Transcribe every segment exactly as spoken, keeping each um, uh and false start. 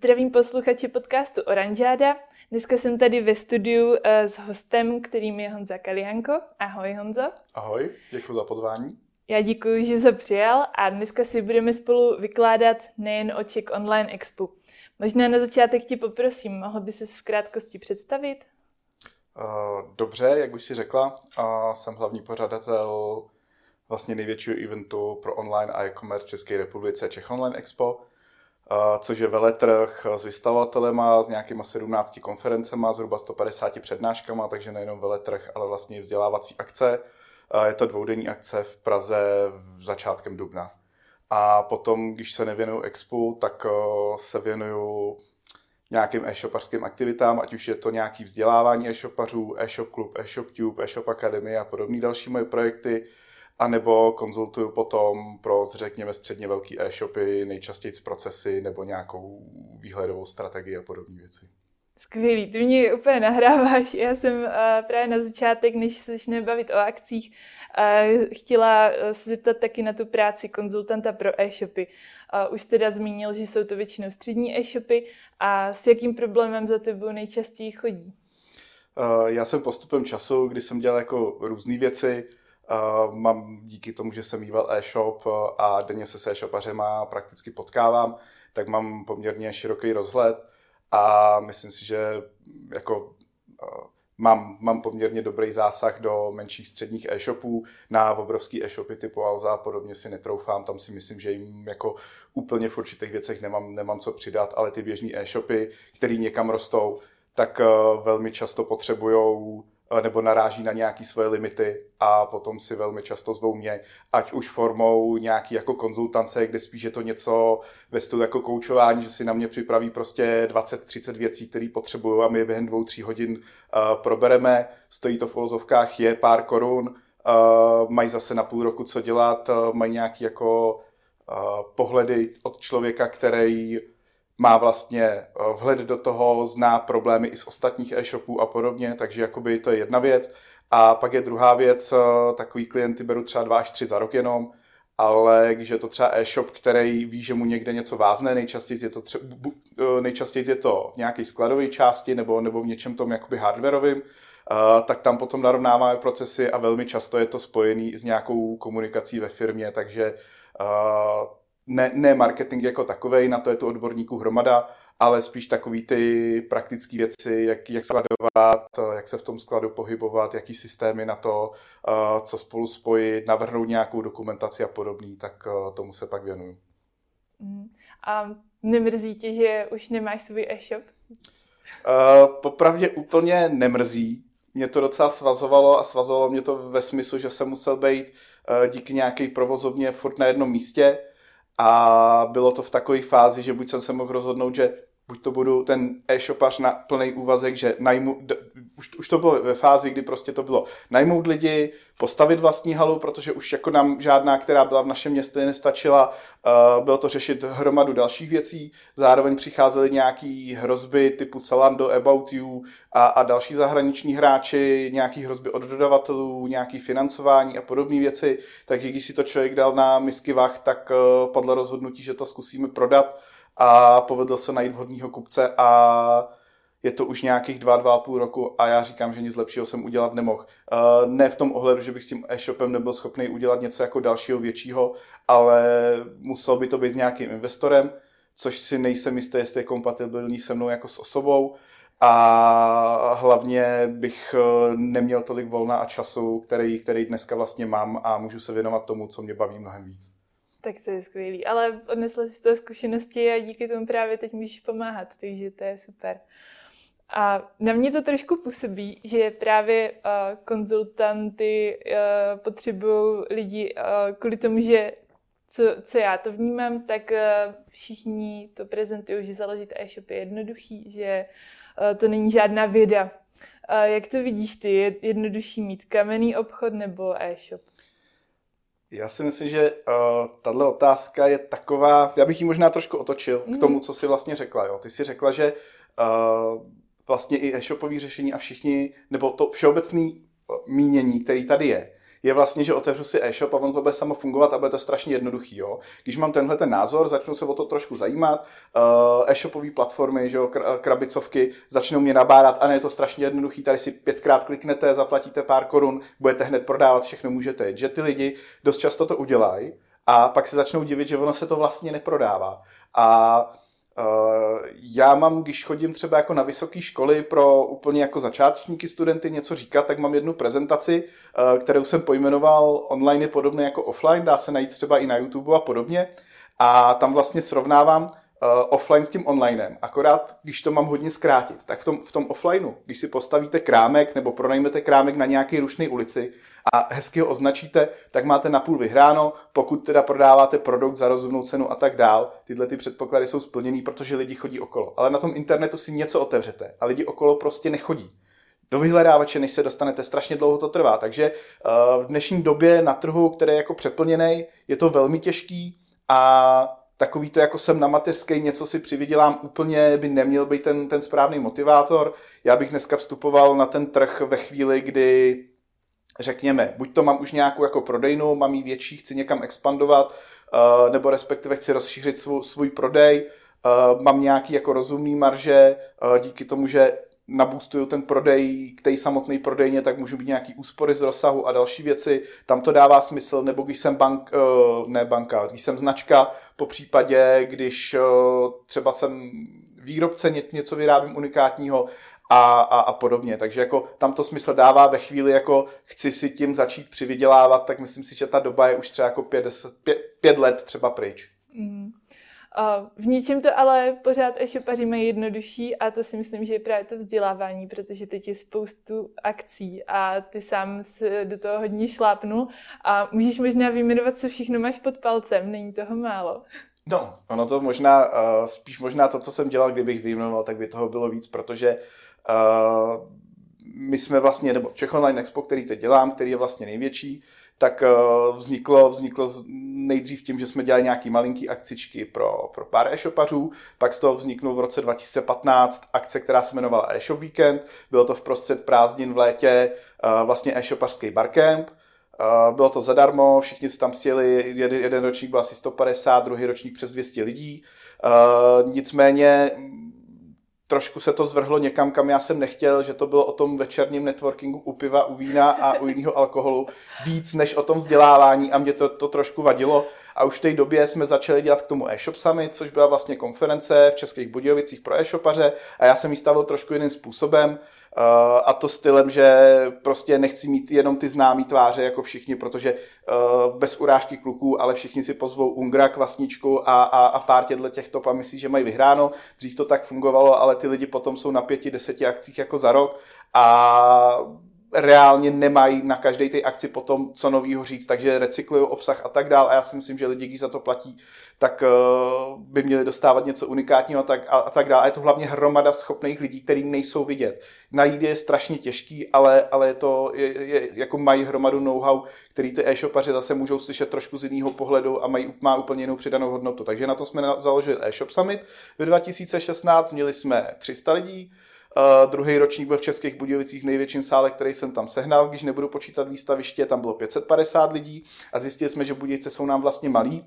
Zdravím posluchači podcastu Oranžáda. Dneska jsem tady ve studiu s hostem, kterým je Honza Kaliánko. Ahoj Honzo. Ahoj, děkuji za pozvání. Já děkuji, že jsi přijal a dneska si budeme spolu vykládat nejen o Czech Online Expo. Možná na začátek tě poprosím, mohl by ses v krátkosti představit? Dobře, jak už jsi řekla, jsem hlavní pořadatel vlastně největšího eventu pro online a e-commerce v České republice Czech Online Expo, což je veletrh s vystavovatelema, s nějakýma sedmnácti konferencema, zhruba sto padesáti přednáškama, takže nejenom veletrh, ale vlastně vzdělávací akce. Je to dvoudenní akce v Praze v začátkem dubna. A potom, když se nevěnuju expu, tak se věnuju nějakým e-shopařským aktivitám, ať už je to nějaký vzdělávání e-shopařů, e-shop klub, e-shop tube, e-shop akademie a podobné další moje projekty, anebo konzultuju potom pro, řekněme, středně velký e-shopy, nejčastěji procesy nebo nějakou výhledovou strategii a podobné věci. Skvělý, ty mě úplně nahráváš. Já jsem uh, právě na začátek, než se začneme bavit o akcích, uh, chtěla se zeptat taky na tu práci konzultanta pro e-shopy. Uh, už teda zmínil, že jsou to většinou střední e-shopy a s jakým problémem za tebou nejčastěji chodí? Uh, já jsem postupem času, kdy jsem dělal jako různé věci, uh, mám díky tomu, že jsem mýval e-shop a denně se s e-shopařema prakticky potkávám, tak mám poměrně široký rozhled. A myslím si, že jako uh, mám, mám poměrně dobrý zásah do menších středních e-shopů. Na obrovský e-shopy typu Alza a podobně si netroufám, tam si myslím, že jim jako úplně v určitých věcech nemám, nemám co přidat, ale ty běžný e-shopy, který někam rostou, tak uh, velmi často potřebujou nebo naráží na nějaké svoje limity a potom si velmi často zvou mě, ať už formou nějaký jako konzultance, kde spíš je to něco ve stylu jako koučování, že si na mě připraví prostě dvacet třicet věcí, které potřebuju a my je během dvou, tří hodin uh, probereme. Stojí to v uvozovkách je pár korun, uh, mají zase na půl roku co dělat, uh, mají nějaké jako uh, pohledy od člověka, který má vlastně vhled do toho, zná problémy i z ostatních e-shopů a podobně, takže jakoby to je jedna věc. A pak je druhá věc, takový klienty beru třeba dva až tři za rok jenom, ale když je to třeba e-shop, který ví, že mu někde něco vázne, nejčastěji je to, třeba, nejčastěji je to v nějaké skladové části nebo, nebo v něčem tom jakoby hardwareovým, tak tam potom narovnáváme procesy a velmi často je to spojený s nějakou komunikací ve firmě, takže Ne, ne marketing jako takovej, na to je tu odborníků hromada, ale spíš takový ty praktické věci, jak, jak skladovat, jak se v tom skladu pohybovat, jaký systémy na to, co spolu spojit, navrhnout nějakou dokumentaci a podobný, tak tomu se pak věnuju. A nemrzí tě, že už nemáš svůj e-shop? Uh, popravdě úplně nemrzí. Mě to docela svazovalo a svazovalo mě to ve smyslu, že jsem musel být uh, díky nějaké provozovně furt na jednom místě. A bylo to v takové fázi, že buď jsem se mohl rozhodnout, že buď to budu ten e-shopař na plný úvazek, že najmu, už, už to bylo ve fázi, kdy prostě to bylo najmout lidi, postavit vlastní halu, protože už jako nám žádná, která byla v našem městě, nestačila. Uh, bylo to řešit hromadu dalších věcí, zároveň přicházely nějaký hrozby typu Zalando, About You a, a další zahraniční hráči, nějaký hrozby od dodavatelů, nějaký financování a podobné věci. Takže když si to člověk dal na misky vah, tak uh, padlo rozhodnutí, že to zkusíme prodat. A povedlo se najít vhodného kupce a je to už nějakých dva, dva a půl roku a já říkám, že nic lepšího jsem udělat nemohl. Ne v tom ohledu, že bych s tím e-shopem nebyl schopný udělat něco jako dalšího většího, ale musel by to být s nějakým investorem, což si nejsem jistý, jestli je kompatibilní se mnou jako s osobou a hlavně bych neměl tolik volna a času, který, který dneska vlastně mám a můžu se věnovat tomu, co mě baví mnohem víc. Tak to je skvělý, ale odnesla jsi z toho zkušenosti a díky tomu právě teď můžeš pomáhat, takže to je super. A na mě to trošku působí, že právě uh, konzultanty uh, potřebují lidi uh, kvůli tomu, že co, co já to vnímám, tak uh, všichni to prezentují, že založit e-shop je jednoduchý, že uh, to není žádná věda. Uh, jak to vidíš ty? Je jednodušší mít kamenný obchod nebo e-shop? Já si myslím, že uh, tahle otázka je taková, já bych ji možná trošku otočil mm. k tomu, co jsi vlastně řekla. Jo. Ty jsi řekla, že uh, vlastně i e-shopové řešení a všichni, nebo to všeobecné mínění, který tady je, je vlastně, že otevřu si e-shop a on to bude samo fungovat a bude to strašně jednoduchý. Jo? Když mám tenhle ten názor, začnu se o to trošku zajímat, uh, e-shopové platformy, že jo, krabicovky, začnou mě nabádat a ne, je to strašně jednoduchý, tady si pětkrát kliknete, zaplatíte pár korun, budete hned prodávat, všechno můžete. Že ty lidi dost často to udělají a pak se začnou divit, že ono se to vlastně neprodává. A Uh, já mám, když chodím třeba jako na vysoké školy pro úplně jako začátečníky studenty něco říkat, tak mám jednu prezentaci, uh, kterou jsem pojmenoval online je podobné jako offline, dá se najít třeba i na YouTube a podobně. A tam vlastně srovnávám uh, offline s tím onlinem. Akorát, když to mám hodně zkrátit, tak v tom, v tom offlineu, když si postavíte krámek nebo pronajmete krámek na nějaké rušné ulici a hezky ho označíte, tak máte napůl vyhráno, pokud teda prodáváte produkt za rozumnou cenu a tak dál. Tyhle ty předpoklady jsou splněný, protože lidi chodí okolo. Ale na tom internetu si něco otevřete a lidi okolo prostě nechodí. Do vyhledávače, než se dostanete, strašně dlouho to trvá. Takže uh, v dnešní době na trhu, který je jako přeplněný, je to velmi těžký a takový to, jako jsem na mateřské, něco si přivydělám, úplně by neměl být ten, ten správný motivátor. Já bych dneska vstupoval na ten trh ve chvíli, kdy řekněme, buď to mám už nějakou jako prodejnu, mám ji větší, chci někam expandovat, uh, nebo respektive chci rozšířit svůj, svůj prodej, uh, mám nějaký jako rozumný marže, uh, díky tomu, že naboostuju ten prodej k té samotné prodejně, tak můžu mít nějaký úspory z rozsahu a další věci, tam to dává smysl, nebo když jsem bank, uh, ne banka, když jsem značka, po případě, když uh, třeba jsem výrobce, něco vyrábím unikátního, A, a, a podobně. Takže jako tam to smysl dává ve chvíli, jako chci si tím začít přivydělávat, tak myslím si, že ta doba je už třeba jako pět, deset, pět, pět let třeba pryč. Mm. V něčem to ale pořád e-shopaři mají jednodušší a to si myslím, že je právě to vzdělávání, protože teď je spoustu akcí a ty sám se do toho hodně šlápnul a můžeš možná vyjmenovat, co všechno máš pod palcem, není toho málo. No, ono to možná, uh, spíš možná to, co jsem dělal, kdybych vyjmenoval, tak by toho bylo víc, protože uh, my jsme vlastně, nebo Czech Online Expo, který teď dělám, který je vlastně největší, tak uh, vzniklo, vzniklo nejdřív tím, že jsme dělali nějaký malinký akcičky pro, pro pár e-shopařů, pak z toho vzniknul v roce dva tisíce patnáct akce, která se jmenovala e-shop Weekend, bylo to vprostřed prázdnin v létě, uh, vlastně e-shopařský barcamp. Uh, bylo to zadarmo, všichni se tam sjeli, jeden, jeden ročník byl asi sto padesát, druhý ročník přes dvě stě lidí. Uh, nicméně trošku se to zvrhlo někam, kam já jsem nechtěl, že to bylo o tom večerním networkingu u piva, u vína a u jiného alkoholu víc než o tom vzdělávání a mě to, to trošku vadilo. A už v té době jsme začali dělat k tomu e-shop summit, což byla vlastně konference v Českých Budějovicích pro e-shopaře a já jsem ji stavil trošku jiným způsobem. Uh, a to stylem, že prostě nechci mít jenom ty známý tváře jako všichni, protože uh, bez urážky kluků, ale všichni si pozvou Ungra, Kvasničku a, a, a pár těchto těch top a myslí, že mají vyhráno. Dřív to tak fungovalo, ale ty lidi potom jsou na pěti, deseti akcích jako za rok a reálně nemají na každé té akci potom co novýho říct, takže recyklují obsah a tak dál a já si myslím, že lidi, když za to platí, tak uh, by měli dostávat něco unikátního a tak, a, a tak dál. A je to hlavně hromada schopných lidí, kteří nejsou vidět. Najít je strašně těžký, ale, ale je to, je, je, jako mají hromadu know-how, který ty e-shopaři zase můžou slyšet trošku z jiného pohledu a mají, má úplně jinou přidanou hodnotu. Takže na to jsme založili e-shop summit. V dva tisíce šestnáct měli jsme tři sta lidí. Uh, druhý ročník byl v Českých Budějovicích v největším sále, který jsem tam sehnal, když nebudu počítat výstaviště, tam bylo pět set padesát lidí a zjistili jsme, že Budějce jsou nám vlastně malí.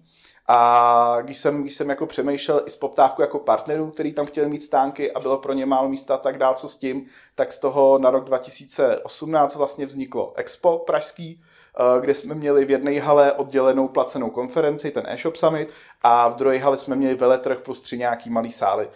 A když jsem, když jsem jako přemýšlel i s poptávkou jako partnerů, který tam chtěli mít stánky a bylo pro ně málo místa a tak dál, co s tím, tak z toho na rok dva tisíce osmnáct vlastně vzniklo Expo pražský, kde jsme měli v jedné hale oddělenou placenou konferenci, ten e-shop summit, a v druhé hale jsme měli veletrh plus tři nějaký malý sály.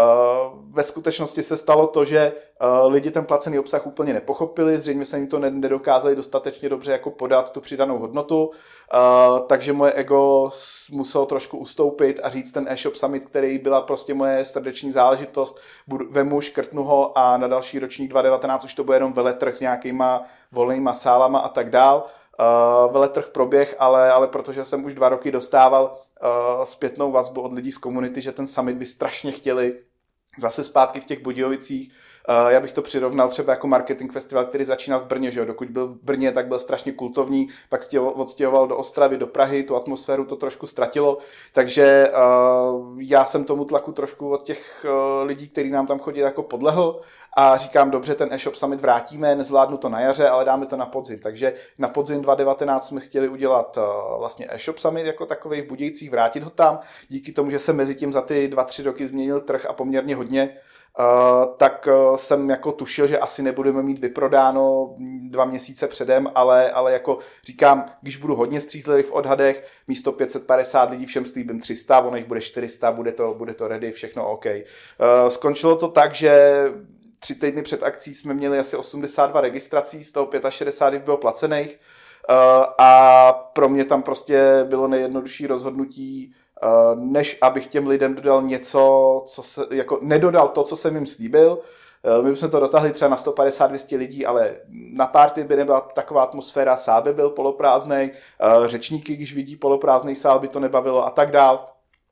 Ve skutečnosti se stalo to, že lidi ten placený obsah úplně nepochopili, zřejmě se jim to nedokázali dostatečně dobře jako podat tu přidanou hodnotu, takže moje ego muselo trošku ustoupit a říct ten e-shop summit, který byla prostě moje srdeční záležitost, budu, vemu, škrtnu ho a na další ročník dva tisíce devatenáct už to bude jenom veletrh s nějakýma volnýma sálama a tak dál. Uh, veletrh proběh, ale, ale protože jsem už dva roky dostával uh, zpětnou vazbu od lidí z komunity, že ten summit by strašně chtěli, Zase zpátky v těch Budějovicích, uh, já bych to přirovnal třeba jako marketing festival, který začínal v Brně, že jo? Dokud byl v Brně, tak byl strašně kultovní, pak odstěhoval do Ostravy, do Prahy, tu atmosféru to trošku ztratilo, takže uh, já jsem tomu tlaku trošku od těch uh, lidí, kteří nám tam chodí, jako podlehl a říkám, dobře, ten e-shop summit vrátíme, nezvládnu to na jaře, ale dáme to na podzim, takže na podzim dva tisíce devatenáct jsme chtěli udělat uh, vlastně e-shop summit jako takovej v Budějcích, vrátit ho tam, díky tomu, že se mezi tím za ty dva, tři roky změnil trh a poměrně hodně, Uh, tak uh, jsem jako tušil, že asi nebudeme mít vyprodáno dva měsíce předem, ale, ale jako říkám, když budu hodně střízlivý v odhadech, místo pět set padesát lidí všem slíbím tři sta, ono jich bude čtyři sta, bude to, bude to ready, všechno OK. Uh, skončilo to tak, že tři týdny před akcí jsme měli asi osmdesát dva registrací, z toho šedesát pět bylo placených uh, a pro mě tam prostě bylo nejjednodušší rozhodnutí, Uh, než abych těm lidem dodal něco, co se, jako nedodal to, co jsem jim slíbil. Uh, my bychom to dotáhli třeba na sto padesát dvě stě lidí, ale na party by nebyla taková atmosféra, sál by byl poloprázdnej, uh, řečníky, když vidí poloprázdnej sál, by to nebavilo a tak dál.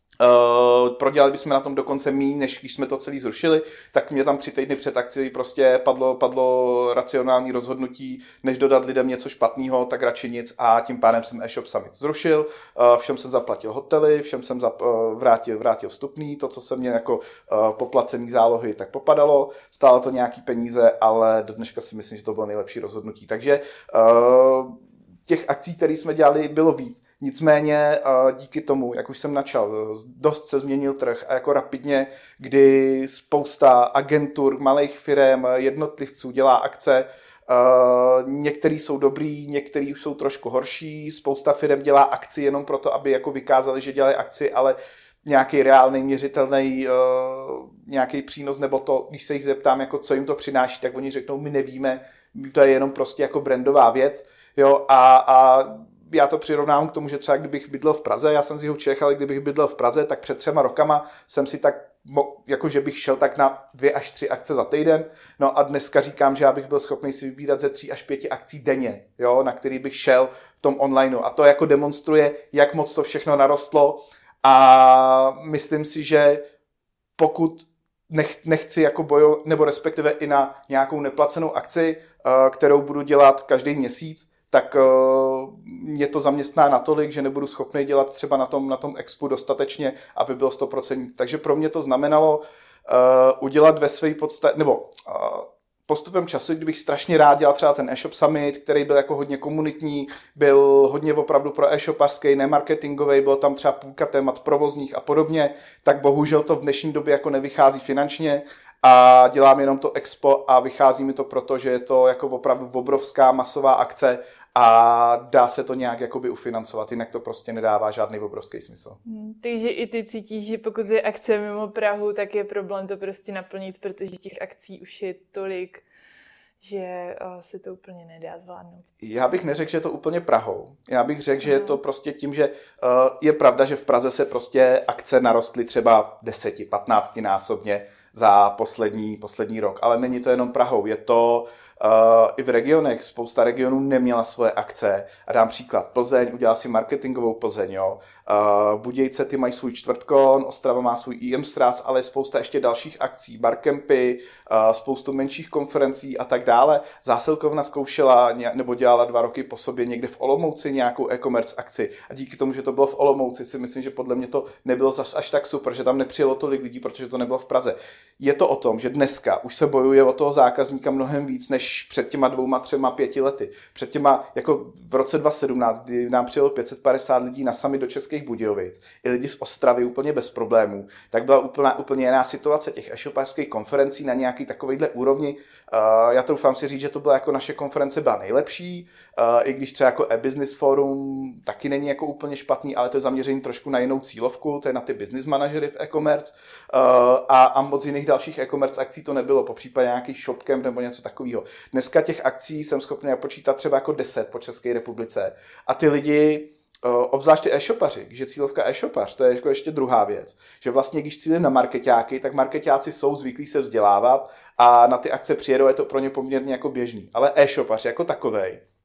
Uh, prodělali bychom na tom dokonce míň, než když jsme to celý zrušili, tak mě tam tři týdny před akcí prostě padlo, padlo racionální rozhodnutí, než dodat lidem něco špatného, tak radši nic a tím pádem jsem e-shop summit zrušil, uh, všem jsem zaplatil hotely, všem jsem zap, uh, vrátil, vrátil vstupný, to, co jsem měl jako uh, poplacený zálohy, tak popadalo, stálo to nějaký peníze, ale do dneška si myslím, že to bylo nejlepší rozhodnutí, takže uh, těch akcí, které jsme dělali, bylo víc. Nicméně díky tomu, jak už jsem načal, dost se změnil trh a jako rapidně, kdy spousta agentur, malých firem, jednotlivců dělá akce, některý jsou dobrý, některý jsou trošku horší, spousta firem dělá akci jenom proto, aby jako vykázali, že dělají akci, ale nějaký reálný, měřitelný uh, nějaký přínos, nebo to, když se jich zeptám, jako co jim to přináší, tak oni řeknou, my nevíme, to je jenom prostě jako brandová věc, jo, a, a já to přirovnám k tomu, že třeba kdybych bydlel v Praze, já jsem z jihu Čech, ale kdybych bydlel v Praze, tak před třema rokama jsem si tak, jako že bych šel tak na dvě až tři akce za týden, no a dneska říkám, že já bych byl schopný si vybírat ze tří až pěti akcí denně, jo, na který bych šel v tom onlineu a to jako demonstruje, jak moc to všechno narostlo. A myslím si, že pokud nech, nechci jako bojo, nebo respektive i na nějakou neplacenou akci, uh, kterou budu dělat každý měsíc, tak uh, mě to zaměstná natolik, že nebudu schopný dělat třeba na tom, na tom expu dostatečně, aby bylo sto procent. Takže pro mě to znamenalo uh, udělat ve své podstatě, nebo uh, postupem času, kdybych strašně rád dělal třeba ten e-shop summit, který byl jako hodně komunitní, byl hodně opravdu pro e-shopařský, nemarketingový, bylo tam třeba půlka témat provozních a podobně, tak bohužel to v dnešní době jako nevychází finančně a dělám jenom to expo a vychází mi to proto, že je to jako opravdu obrovská masová akce a dá se to nějak jakoby ufinancovat, jinak to prostě nedává žádný obrovský smysl. Hmm, takže i ty cítíš, že pokud je akce mimo Prahu, tak je problém to prostě naplnit, protože těch akcí už je tolik, že uh, se to úplně nedá zvládnout. Já bych neřekl, že je to úplně Prahou. Já bych řekl, že je to prostě tím, že uh, je pravda, že v Praze se prostě akce narostly třeba deset patnáct násobně za poslední, poslední rok. Ale není to jenom Prahou, je to uh, i v regionech. Spousta regionů neměla svoje akce. A dám příklad. Plzeň udělal si marketingovou Plzeň, jo. Uh, Budějce ty mají svůj čtvrtkon, Ostrava má svůj í em sraz, ale spousta ještě dalších akcí, barkempy, uh, spoustu menších konferencí a tak dále. Zásilkovna zkoušela nebo dělala dva roky po sobě někde v Olomouci nějakou e-commerce akci. A díky tomu, že to bylo v Olomouci, si myslím, že podle mě to nebylo zas až tak super, že tam nepřijelo tolik lidí, protože to nebylo v Praze. Je to o tom, že dneska už se bojuje o toho zákazníka mnohem víc než před těma dvouma, třema, pěti lety. Před těma, jako v roce dva tisíce sedmnáct, kdy nám přijelo pět set padesát lidí na summit do Českých Budějovic, i lidi z Ostravy úplně bez problémů, tak byla úplně, úplně jiná situace těch e-shopařských konferencí na nějaký takovejhle úrovni. Uh, já troufám si říct, že to byla jako naše konference byla nejlepší, uh, i když třeba jako e-business forum taky není jako úplně špatný, ale to je zaměření trošku na jinou cílovku, to je na ty business manažery v e-commerce uh, a, a moc jiných dalších e-commerce akcí to nebylo, popřípadě nějaký shopcamp nebo něco takového. Dneska těch akcí jsem schopný počítat třeba jako deset po České republice a ty lidi, obzvlášť ty e-shopaři, když je cílovka e-shopař, to je jako ještě druhá věc, že vlastně když cílím na markeťáky, tak markeťáci jsou zvyklí se vzdělávat a na ty akce přijedou, je to pro ně poměrně jako běžný, ale e-shopař jako takovej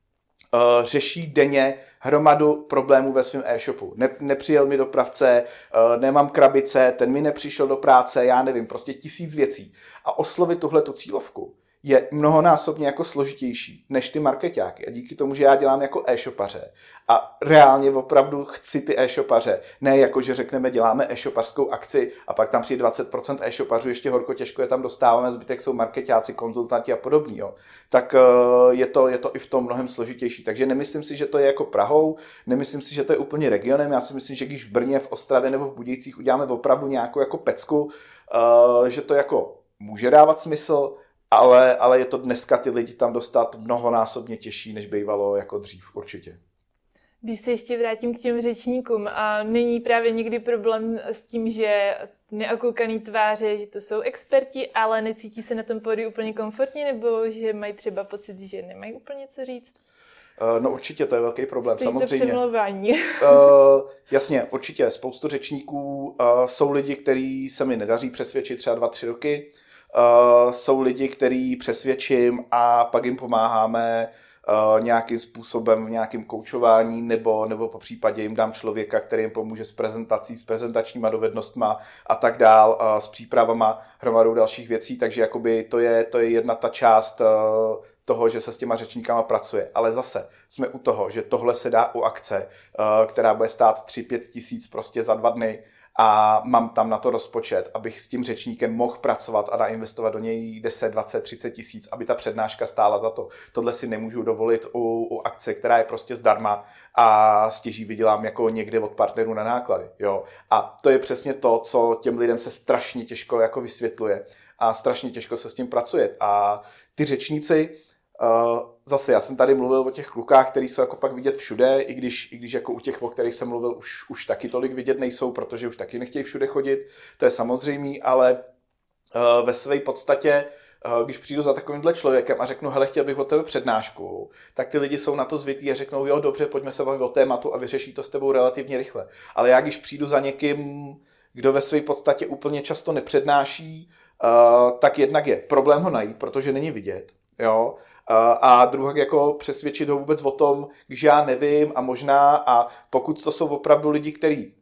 Uh, řeší denně hromadu problémů ve svém e-shopu. Ne, nepřijel mi dopravce, uh, nemám krabice, ten mi nepřišel do práce, já nevím, prostě tisíc věcí. A oslovit tuhle tu cílovku je mnohonásobně jako složitější než ty markeťáky. A díky tomu, že já dělám jako e-shopaře a reálně opravdu chci ty e-shopaře, ne jako, že řekneme, děláme e-shopařskou akci a pak tam přijde dvacet procent e-shopařů, ještě horko těžko je tam dostáváme, zbytek jsou markeťáci, konzultanti a podobný, jo. Tak je to, je to i v tom mnohem složitější. Takže nemyslím si, že to je jako Prahou, nemyslím si, že to je úplně regionem, já si myslím, že když v Brně, v Ostravě nebo v Budějcích uděláme opravdu nějakou jako pecku, že to jako může dávat smysl, Ale, ale je to dneska ty lidi tam dostat mnohonásobně těžší, než bývalo jako dřív, určitě. Když se ještě vrátím k těm řečníkům, a není právě někdy problém s tím, že neokoukaný tváře, že to jsou experti, ale necítí se na tom pódiu úplně komfortně, nebo že mají třeba pocit, že nemají úplně co říct? No určitě, to je velký problém, Stojí samozřejmě. To přemlouvání. uh, jasně, určitě. Spoustu řečníků uh, jsou lidi, kteří se mi nedaří přesvědčit třeba dva, tři roky. Uh, jsou lidi, který přesvědčím a pak jim pomáháme uh, nějakým způsobem v nějakém koučování nebo, nebo po případě jim dám člověka, který jim pomůže s prezentací, s prezentačníma dovednostma a tak dál, uh, s přípravama, hromadou dalších věcí, takže jakoby to je, to je jedna ta část uh, toho, že se s těma řečníkama pracuje. Ale zase jsme u toho, že tohle se dá u akce, uh, která bude stát tři pět tisíc prostě za dva dny, a mám tam na to rozpočet, abych s tím řečníkem mohl pracovat a nainvestovat do něj deset, dvacet, třicet tisíc, aby ta přednáška stála za to. Tohle si nemůžu dovolit u, u akce, která je prostě zdarma a stěží vydělám jako někde od partnerů na náklady. Jo? A to je přesně to, co těm lidem se strašně těžko jako vysvětluje a strašně těžko se s tím pracuje. A ty řečníci, Uh, zase já jsem tady mluvil o těch klukách, který jsou jako pak vidět všude, i když, i když jako u těch, o kterých jsem mluvil, už, už taky tolik vidět nejsou, protože už taky nechtějí všude chodit, to je samozřejmé, ale uh, ve své podstatě, uh, když přijdu za takovýmhle člověkem a řeknu, hele, chtěl bych od tebe přednášku, tak ty lidi jsou na to zvyklí a řeknou, jo, dobře, pojďme se bavit o tématu a vyřeší to s tebou relativně rychle. Ale já když přijdu za někým, kdo ve své podstatě úplně často nepřednáší, uh, tak jednak je problém ho najít, protože není vidět, jo. A druhá jako přesvědčit ho vůbec o tom, když já nevím a možná a pokud to jsou opravdu lidi, kteří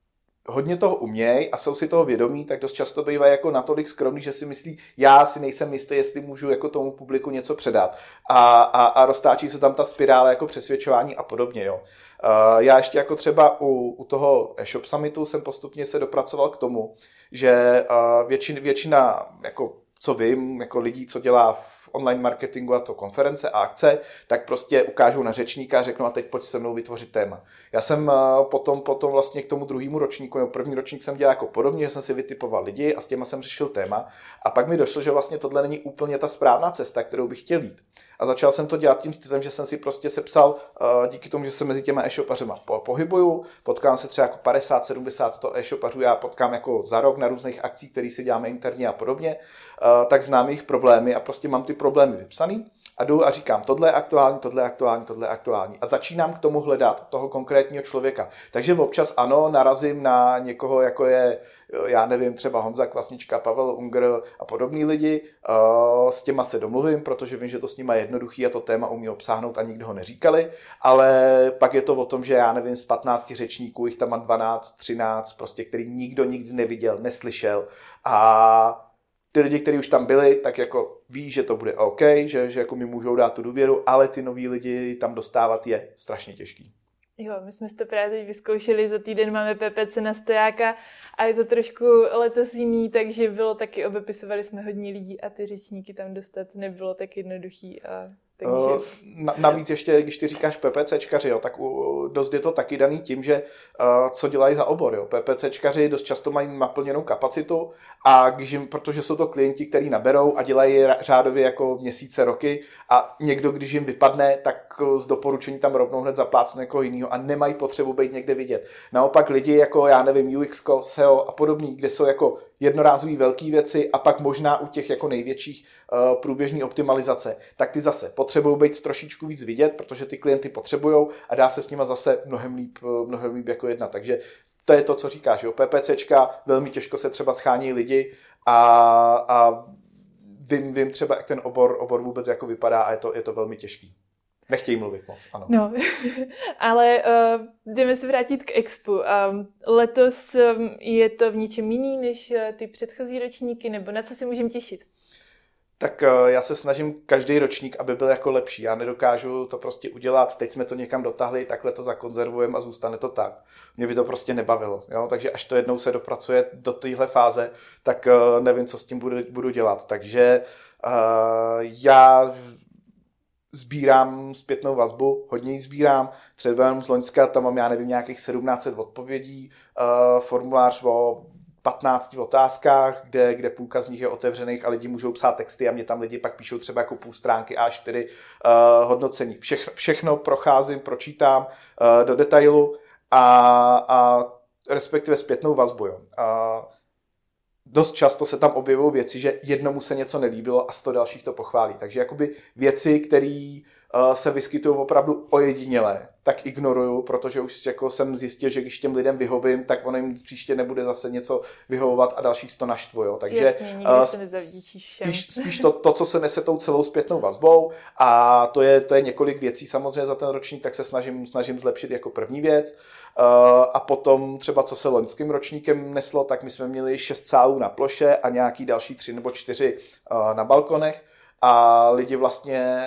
hodně toho umějí a jsou si toho vědomí, tak dost často bývají jako natolik skromný, že si myslí, já si nejsem jistý, jestli můžu jako tomu publiku něco předat. A, a, a roztáčí se tam ta spirála jako přesvědčování a podobně. Jo. Já ještě jako třeba u, u toho e-shop summitu jsem postupně se dopracoval k tomu, že většina, většina jako co vím, jako lidí, co dělá v online marketingu a to konference a akce, tak prostě ukážou na řečníka a řeknou a teď pojď se mnou vytvořit téma. Já jsem potom, potom vlastně k tomu druhému ročníku, nebo první ročník jsem dělal jako podobně, že jsem si vytipoval lidi a s těma jsem řešil téma a pak mi došlo, že vlastně tohle není úplně ta správná cesta, kterou bych chtěl jít. A začal jsem to dělat tím stylem, že jsem si prostě sepsal, díky tomu, že se mezi těma e-shopařema pohybuju, potkám se třeba jako padesát, sedmdesát, sto e-shopařů, já potkám jako za rok na různých akcích, které si děláme interně a podobně, tak znám jejich problémy a prostě mám ty problémy vypsaný a jdu a říkám, tohle je aktuální, tohle je aktuální, tohle je aktuální a začínám k tomu hledat toho konkrétního člověka. Takže občas ano, narazím na někoho, jako je, já nevím, třeba Honza Kvasnička, Pavel Unger a podobní lidi, s těma se domluvím, protože vím, že to s nima je jednoduchý a to téma umí obsáhnout a nikdo ho neříkali, ale pak je to o tom, že já nevím, z patnácti řečníků, jich tam mám dvanáct, třináct, prostě, který nikdo nikdy neviděl, neslyšel a ty lidi, kteří už tam byli, tak jako ví, že to bude OK, že, že jako mi můžou dát tu důvěru, ale ty nový lidi tam dostávat je strašně těžký. Jo, my jsme si to právě teď vyzkoušeli, za týden máme P P C na stojáka a je to trošku letos jiný, takže bylo taky, obepisovali jsme hodně lidí a ty řečníky tam dostat nebylo tak jednoduchý. A takže... Na, navíc ještě, když ty říkáš PPCčkaři, jo, tak u, dost je to taky daný tím, že uh, co dělají za obor. Jo. PPCčkaři dost často mají naplněnou kapacitu a když jim, protože jsou to klienti, kteří naberou a dělají řádově jako měsíce, roky a někdo, když jim vypadne, tak z doporučení tam rovnou hned zaplácnou někoho jiného a nemají potřebu být někde vidět. Naopak lidi jako, já nevím, U X, S E O a podobný, kde jsou jako jednorázové velké věci a pak možná u těch jako největších uh, průběžný optimalizace, tak ty zase potřebují být trošičku víc vidět, protože ty klienty potřebujou a dá se s nima zase mnohem líp, mnohem líp jako jedna. Takže to je to, co říkáš. Jo? PPCčka, velmi těžko se třeba schání lidi a, a vím, vím třeba, jak ten obor, obor vůbec jako vypadá a je to, je to velmi těžký. Nechtějí mluvit moc, ano. No, ale uh, jdeme se vrátit k Expu. Um, letos um, je to v něčem jiný než uh, ty předchozí ročníky, nebo na co se můžeme těšit? Tak uh, já se snažím každý ročník, aby byl jako lepší. Já nedokážu to prostě udělat, teď jsme to někam dotáhli, takhle to zakonzervujeme a zůstane to tak. Mě by to prostě nebavilo. Jo? Takže až to jednou se dopracuje do téhle fáze, tak uh, nevím, co s tím budu, budu dělat. Takže uh, já sbírám zpětnou vazbu, hodně ji sbírám, třeba jenom z loňska, tam mám, já nevím, nějakých sedmnáct set odpovědí, uh, formulář o patnácti otázkách, kde, kde půlka z nich je otevřených a lidi můžou psát texty a mě tam lidi pak píšou třeba jako půl stránky á čtyři uh, hodnocení. Všech, všechno procházím, pročítám uh, do detailu a, a respektive zpětnou vazbu. Jo. Uh, Dost často se tam objevují věci, že jednomu se něco nelíbilo a sto dalších to pochválí. Takže jakoby věci, které uh, se vyskytují opravdu ojedinělé, tak ignoruju, protože už jako jsem zjistil, že když těm lidem vyhovím, tak ono jim příště nebude zase něco vyhovovat a dalších sto naštvu. Jo. Takže jasně, nikdy se nezavděčíš všem. Spíš, spíš to, to, co se nese tou celou zpětnou vazbou a to je, to je několik věcí samozřejmě za ten ročník, tak se snažím, snažím zlepšit jako první věc. Uh, a potom třeba, co se loňským ročníkem neslo, tak my jsme měli šest sálů na ploše a nějaký další tři nebo čtyři uh, na balkonech a lidi vlastně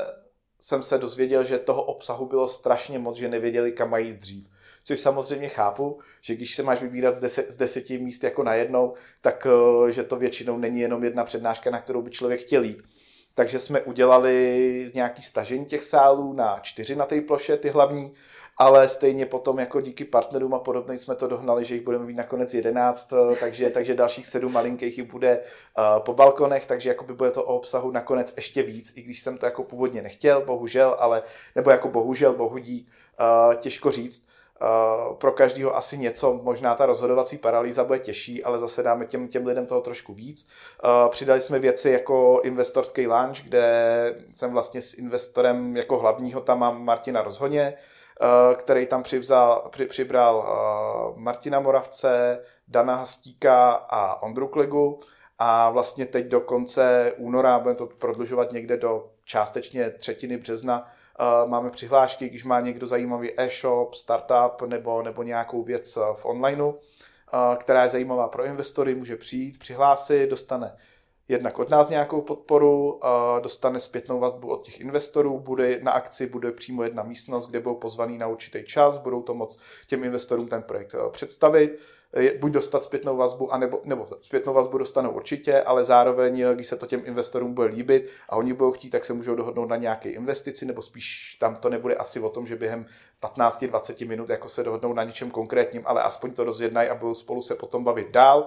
jsem se dozvěděl, že toho obsahu bylo strašně moc, že nevěděli, kam mají jít dřív. Což samozřejmě chápu, že když se máš vybírat z, deset, z deseti míst jako najednou, tak uh, že to většinou není jenom jedna přednáška, na kterou by člověk chtěl jít. Takže jsme udělali nějaký stažení těch sálů na čtyři na té ploše, ty hlavní, ale stejně potom jako díky partnerům a podobně jsme to dohnali, že jich budeme mít nakonec jedenáct, takže, takže dalších sedm malinkých jich bude uh, po balkonech, takže jakoby bude to o obsahu nakonec ještě víc, i když jsem to jako původně nechtěl, bohužel, ale nebo jako bohužel, bohudí, uh, těžko říct. Uh, pro každého asi něco, možná ta rozhodovací paralýza bude těžší, ale zase dáme těm, těm lidem toho trošku víc. Uh, přidali jsme věci jako investorský lunch, kde jsem vlastně s investorem jako hlavního, tam mám Martina Rozhoně, uh, který tam přivzal, při, přibral uh, Martina Moravce, Dana Hastíka a Ondru Kligu a vlastně teď do konce února, budeme to prodlužovat někde do částečně třetiny března, Uh, máme přihlášky, když má někdo zajímavý e-shop, startup nebo, nebo nějakou věc v onlineu, uh, která je zajímavá pro investory, může přijít, přihlásit, dostane jednak od nás nějakou podporu, uh, dostane zpětnou vazbu od těch investorů, bude na akci, bude přímo jedna místnost, kde budou pozvaný na určitý čas, budou to moc těm investorům ten projekt uh, představit, buď dostat zpětnou vazbu, anebo, nebo zpětnou vazbu dostanou určitě, ale zároveň, když se to těm investorům bude líbit a oni budou chtít, tak se můžou dohodnout na nějaké investici, nebo spíš tam to nebude asi o tom, že během patnáct dvacet minut jako se dohodnou na něčem konkrétním, ale aspoň to rozjednají a budou spolu se potom bavit dál.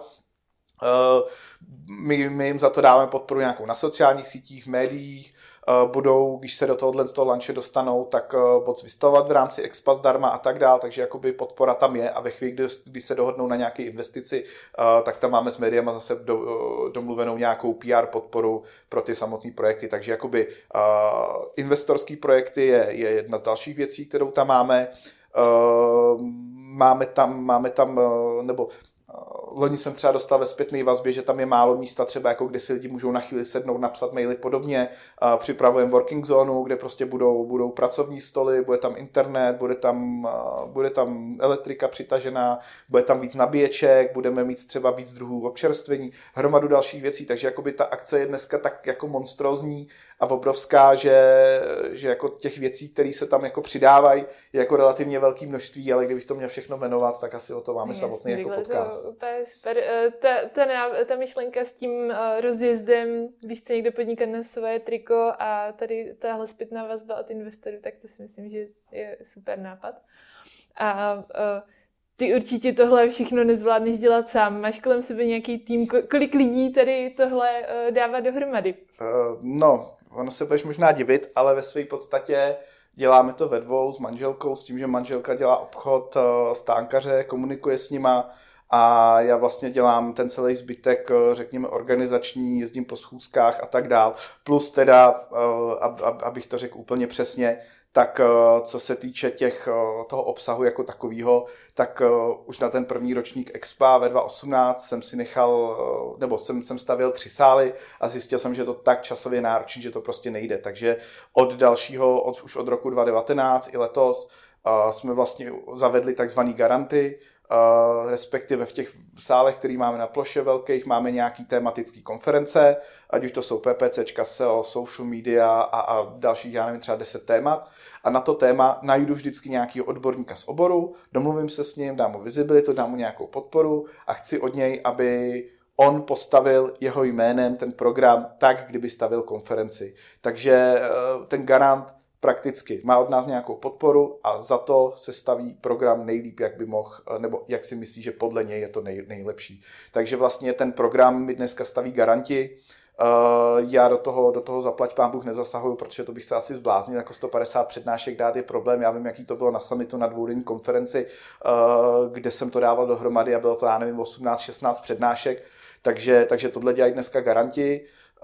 My, my jim za to dáme podporu nějakou na sociálních sítích, v médiích, budou, když se do tohohle z toho lunche dostanou, tak moc vystavovat v rámci Expa zdarma a tak dál, takže jakoby podpora tam je a ve chvíli, kdy, kdy se dohodnou na nějaké investici, tak tam máme s médiama zase do, domluvenou nějakou P R podporu pro ty samotné projekty, takže jakoby investorský projekty je, je jedna z dalších věcí, kterou tam máme. Máme tam, máme tam, nebo loni jsem třeba dostal ve zpětné vazbě, že tam je málo místa, třeba jako kde si lidi můžou na chvíli sednout, napsat maily podobně. Připravujeme working zónu, kde prostě budou, budou pracovní stoly, bude tam internet, bude tam, bude tam elektrika přitažená, bude tam víc nabíječek, budeme mít třeba víc druhů občerstvení, hromadu dalších věcí, takže jakoby ta akce je dneska tak jako monstrózní a obrovská, že, že jako těch věcí, které se tam jako přidávají, je jako relativně velké množství, ale kdybych to měl všechno jmenovat, tak asi o to máme samotný jako podcast. Úplně super. Ta, ta, ta myšlenka s tím rozjezdem, když chce někdo podnikat na svoje triko a tady tahle zpětná vazba od investorů, tak to si myslím, že je super nápad. A, a ty určitě tohle všechno nezvládneš dělat sám. Máš kolem sebe nějaký tým? Kolik lidí tady tohle dává dohromady? Uh, no, ono se budeš možná divit, ale ve své podstatě děláme to ve dvou s manželkou, s tím, že manželka dělá obchod, stánkaře, komunikuje s nima a já vlastně dělám ten celý zbytek, řekněme, organizační, jezdím po schůzkách a tak dál. Plus teda, abych to řekl úplně přesně, tak co se týče těch, toho obsahu jako takového, tak už na ten první ročník Expa ve dva tisíce osmnáct jsem si nechal, nebo jsem, jsem stavěl tři sály a zjistil jsem, že to tak časově náročný, že to prostě nejde. Takže od dalšího, od, už od roku dva tisíce devatenáct i letos jsme vlastně zavedli takzvaný garanty, Uh, respektive v těch sálech, který máme na ploše velkých, máme nějaký tematický konference, ať už to jsou PPCčka, S E O, social media a, a dalších, já nevím, třeba deset témat. A na to téma najdu vždycky nějakého odborníka z oboru, domluvím se s ním, dám mu visibilitu, dám mu nějakou podporu a chci od něj, aby on postavil jeho jménem ten program tak, kdyby stavil konferenci. Takže uh, ten garant prakticky má od nás nějakou podporu a za to se staví program nejlíp, jak by mohl, nebo jak si myslí, že podle něj je to nej, nejlepší. Takže vlastně ten program mi dneska staví garanti. Já do toho, do toho zaplať pán Bůh nezasahuju, protože to bych se asi zbláznil, jako sto padesát přednášek dát je problém. Já vím, jaký to bylo na summitu na dvoudenní konferenci, kde jsem to dával dohromady a bylo to, já nevím, osmnáct šestnáct přednášek. Takže, takže tohle dělají dneska garanti.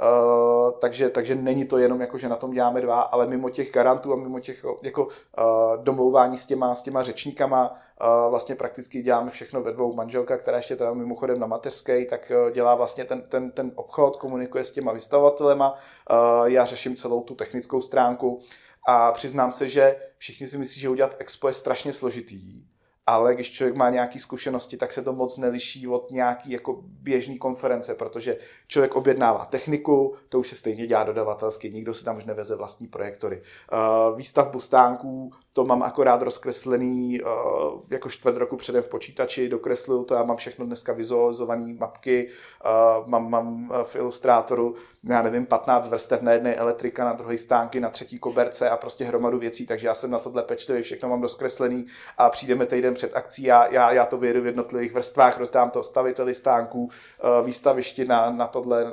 Uh, takže, takže není to jenom jako, že na tom děláme dva, ale mimo těch garantů a mimo těch jako, uh, domlouvání s těma, s těma řečníkama uh, vlastně prakticky děláme všechno ve dvou. Manželka, která ještě teda mimochodem na mateřské, tak uh, dělá vlastně ten, ten, ten obchod, komunikuje s těma vystavovatelema, uh, já řeším celou tu technickou stránku a přiznám se, že všichni si myslí, že udělat expo je strašně složitý. Ale když člověk má nějaké zkušenosti, tak se to moc neliší od nějaký jako běžný konference, protože člověk objednává techniku, to už se stejně dělá dodavatelsky, nikdo si tam už neveze vlastní projektory. Výstavbu stánků, to mám akorát rozkreslený jako čtvrt roku předem v počítači, dokresluju to, já mám všechno dneska vizualizované mapky, mám, mám v Ilustrátoru, já nevím, patnáct vrstev na jedné elektrika, na druhé stánky, na třetí koberce a prostě hromadu věcí, takže já jsem na tohle pečlivý, všechno mám doskreslený a přijdeme týden před akcí, já, já, já to vyjedu v jednotlivých vrstvách, rozdám to staviteli stánků, výstavišti na, na tohle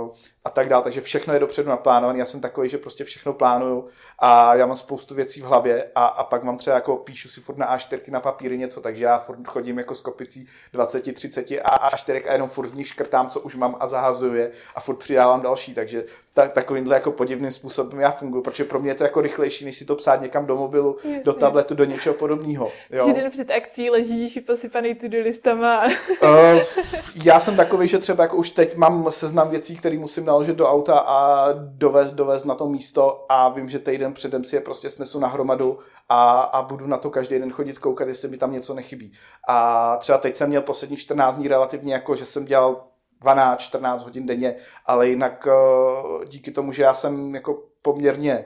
a tak dále, takže všechno je dopředu naplánované, já jsem takový, že prostě všechno plánuju a já mám spoustu věcí v hlavě a, a pak mám třeba jako píšu si furt na á čtyři na papíry něco, takže já furt chodím jako s kopicí dvacet třicet a á čtyři a jenom furt v nich škrtám, co už mám a zahazuju je a furt přidávám další, takže ta, takovýmhle jako podivným způsobem já funguji, protože pro mě je to jako rychlejší, než si to psát někam do mobilu, jasně, do tabletu, do něčeho podobného. Že den před akcí ležíš posypaný to-do listama. uh, já jsem takový, že třeba jako už teď mám seznam věcí, které musím naložit do auta a dovést, dovést na to místo a vím, že týden předem si je prostě snesu na hromadu a, a budu na to každý den chodit koukat, jestli mi tam něco nechybí. A třeba teď jsem měl posledních čtrnáct dní relativně jako, že jsem dělal dvanáct čtrnáct hodin denně, ale jinak díky tomu, že já jsem jako poměrně,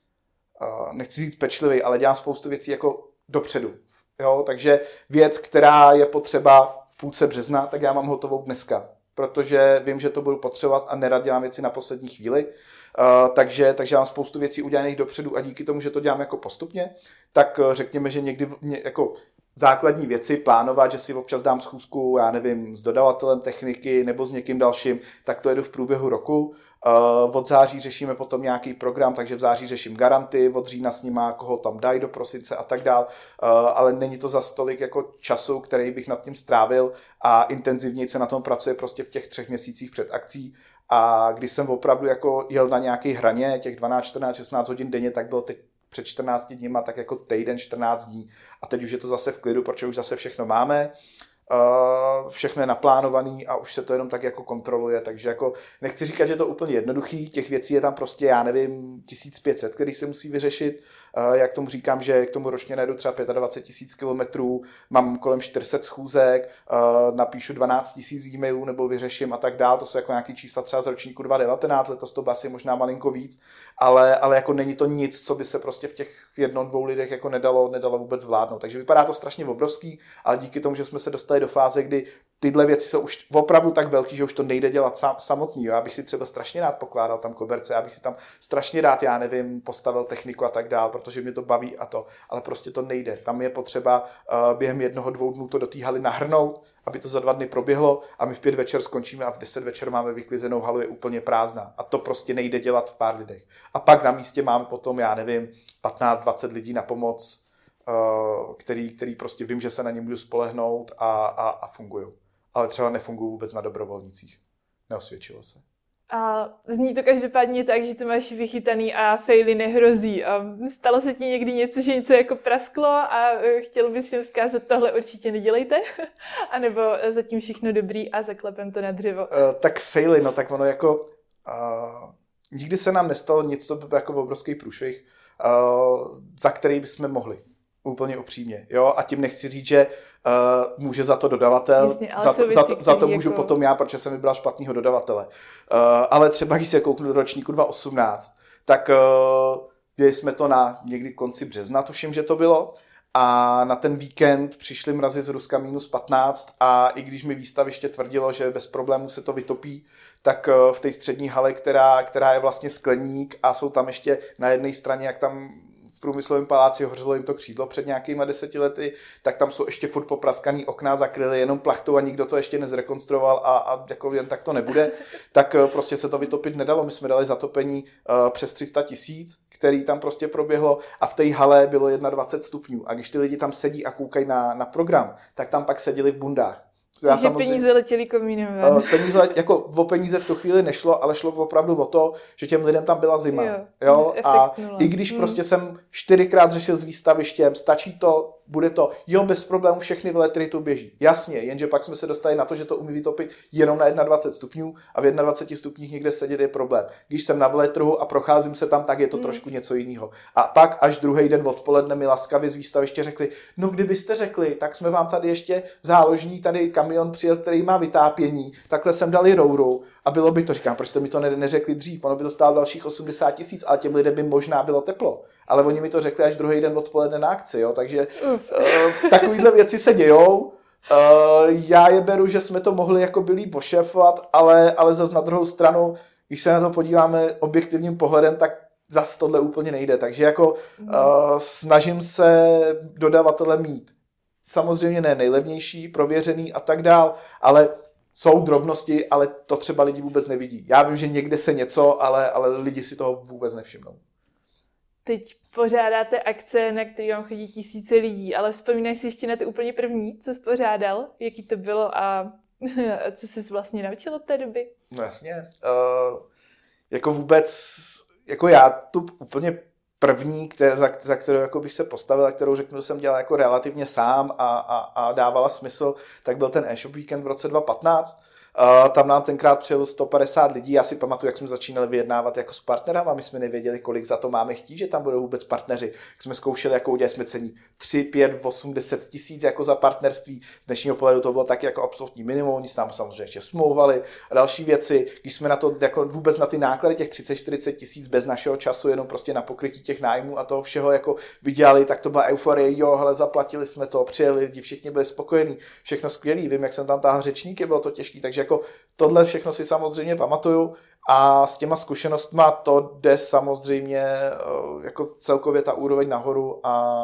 nechci říct pečlivý, ale dělám spoustu věcí jako dopředu. Jo? Takže věc, která je potřeba v půlce března, tak já mám hotovou dneska, protože vím, že to budu potřebovat a nerad dělám věci na poslední chvíli. Uh, takže, takže já mám spoustu věcí udělaných dopředu a díky tomu, že to dělám jako postupně, tak uh, řekněme, že někdy mě, jako základní věci plánovat, že si občas dám schůzku, já nevím, s dodavatelem techniky nebo s někým dalším, tak to jedu v průběhu roku. Uh, od září řešíme potom nějaký program, takže v září řeším garanty, od října s nima, koho tam dají do prosince a tak dál, uh, ale není to za stolik jako času, který bych nad tím strávil a intenzivněji se na tom pracuje prostě v těch třech měsících před akcí. A když jsem opravdu jako jel na nějaké hraně, těch dvanáct, čtrnáct, šestnáct hodin denně, tak bylo teď před čtrnácti dníma tak jako týden, čtrnáct dní. A teď už je to zase v klidu, protože už zase všechno máme. Uh, všechno je naplánovaný a už se to jenom tak jako kontroluje, takže jako nechci říkat, že je to úplně jednoduchý, těch věcí je tam prostě, já nevím, tisíc pět set, který se musí vyřešit, uh, jak tomu říkám, že k tomu ročně najdu třeba dvacet pět tisíc kilometrů, mám kolem čtyři sta schůzek, uh, napíšu dvanáct tisíc e-mailů nebo vyřeším a tak dál, to jsou jako nějaký čísla třeba z ročníku dva tisíce devatenáct, letos to asi možná malinko víc, ale, ale jako není to nic, co by se prostě v těch jednom, dvou lidech jako nedalo, nedalo vůbec zvládnout, takže vypadá to strašně obrovský, ale díky tomu, že jsme se dostali do fáze, kdy tyhle věci jsou už opravdu tak velký, že už to nejde dělat sam, samotný. Jo? Já bych si třeba strašně rád pokládal tam koberce, já bych si tam strašně rád, já nevím, postavil techniku a tak dál, protože mě to baví a to, ale prostě to nejde. Tam je potřeba uh, během jednoho, dvou dnů to do té haly nahrnout, aby to za dva dny proběhlo a my v pět večer skončíme a v deset večer máme vyklizenou halu, je úplně prázdná. A to prostě nejde dělat v pár lidech. A pak na místě máme potom, já nevím, patnáct dvacet lidí na pomoc, Který, který prostě vím, že se na ně můžu spolehnout a, a, a fungují. Ale třeba nefungují vůbec na dobrovolnicích. Neosvědčilo se. A zní to každopádně tak, že to máš vychytaný a faily nehrozí. A stalo se ti někdy něco, že něco jako prasklo a chtěl bys jim vzkázat, tohle určitě nedělejte? A nebo zatím všechno dobrý a zaklepem to na dřevo? Uh, tak faily, no tak ono jako... Uh, nikdy se nám nestalo nic, co by byl jako obrovský průšvih, uh, za který bychom mohli. Úplně upřímně. Jo? A tím nechci říct, že uh, může za to dodavatel, Jasně, za, to, za, to, za to můžu jako... potom já, protože jsem vybral špatného dodavatele. Uh, ale třeba, když se kouknu do ročníku dva tisíce osmnáct, tak uh, děli jsme to na někdy konci března, tuším, že to bylo. A na ten víkend přišly mrazy z Ruska minus patnáct a i když mi výstaviště tvrdilo, že bez problémů se to vytopí, tak v té střední hale, která, která je vlastně skleník a jsou tam ještě na jedné straně, jak tam v průmyslovém paláci hořelo jim to křídlo před nějakýma deseti lety, tak tam jsou ještě furt popraskaný okna, zakryli jenom plachtou a nikdo to ještě nezrekonstruoval a, a jako jen tak to nebude, tak prostě se to vytopit nedalo. My jsme dali zatopení uh, přes tři sta tisíc, který tam prostě proběhlo a v té hale bylo dvacet jedna stupňů. A když ty lidi tam sedí a koukají na, na program, tak tam pak seděli v bundách. Takže samozřejmě... peníze letěly komínem ven. Peníze, jako o peníze v tu chvíli nešlo, ale šlo opravdu o to, že těm lidem tam byla zima. Jo, jo? A nula. I když hmm. prostě jsem čtyřikrát řešil s výstavištěm, stačí to, bude to, jo, bez problémů všechny veletrhy tu běží. Jasně, jenže pak jsme se dostali na to, že to umí vytopit jenom na dvacet jedna stupňů a v dvacet jedna stupních někde sedět je problém. Když jsem na veletrhu a procházím se tam, tak je to hmm. trošku něco jiného. A pak až druhý den odpoledne mi laskavě z výstaviště řekli, no kdybyste řekli, tak jsme vám tady ještě záložní tady kamion přijel, který má vytápění, takhle jsem dali rouru a bylo by to, říkám, proč jste mi to neřekli dřív, ono by to stálo dalších osmdesát tisíc, ale těm lidem by možná bylo teplo. Ale oni mi to řekli až druhý den odpoledne na akci, jo, takže uh, takovýhle věci se dějou. Uh, já je beru, že jsme to mohli jako byli pošefovat, ale, ale zas na druhou stranu, když se na to podíváme objektivním pohledem, tak zas tohle úplně nejde. Takže jako uh, snažím se dodavatele mít. Samozřejmě ne nejlevnější, prověřený a tak dál, ale jsou drobnosti, ale to třeba lidi vůbec nevidí. Já vím, že někde se něco, ale, ale lidi si toho vůbec nevšimnou. Teď pořádáte akce, na které vám chodí tisíce lidí, ale vzpomínáš si ještě na ty úplně první, co jsi pořádal? Jaký to bylo a co jsi vlastně naučil od té doby? No jasně. Uh, jako vůbec, jako já tu úplně první, které, za, za kterou jako bych se postavil a kterou řeknu, že jsem dělal jako relativně sám a, a, a dávala smysl, tak byl ten e-shop víkend v roce dva tisíce patnáct. Uh, tam nám tenkrát přijelo sto padesát lidí. Já si pamatuju, jak jsme začínali vyjednávat jako s partnerama. My jsme nevěděli, kolik za to máme chtít, že tam budou vůbec partneři. Jak jsme zkoušeli, jako udělali jsme cení tři, pět, osm, deset tisíc jako za partnerství. Z dnešního pohledu to bylo tak jako absolutní minimum. Oni s námi samozřejmě ještě smlouvali a další věci. Když jsme na to jako vůbec na ty náklady těch třicet čtyřicet tisíc bez našeho času, jenom prostě na pokrytí těch nájmů a toho všeho jako vydělali, tak to byla euforie. Jo, hele, zaplatili jsme to, přijeli lidi, všichni byli spokojení, všechno skvělý. Vím, jak jsem tam táhl řečníky, bylo to těžké, takže jako tohle všechno si samozřejmě pamatuju a s těma zkušenostma to jde samozřejmě jako celkově ta úroveň nahoru a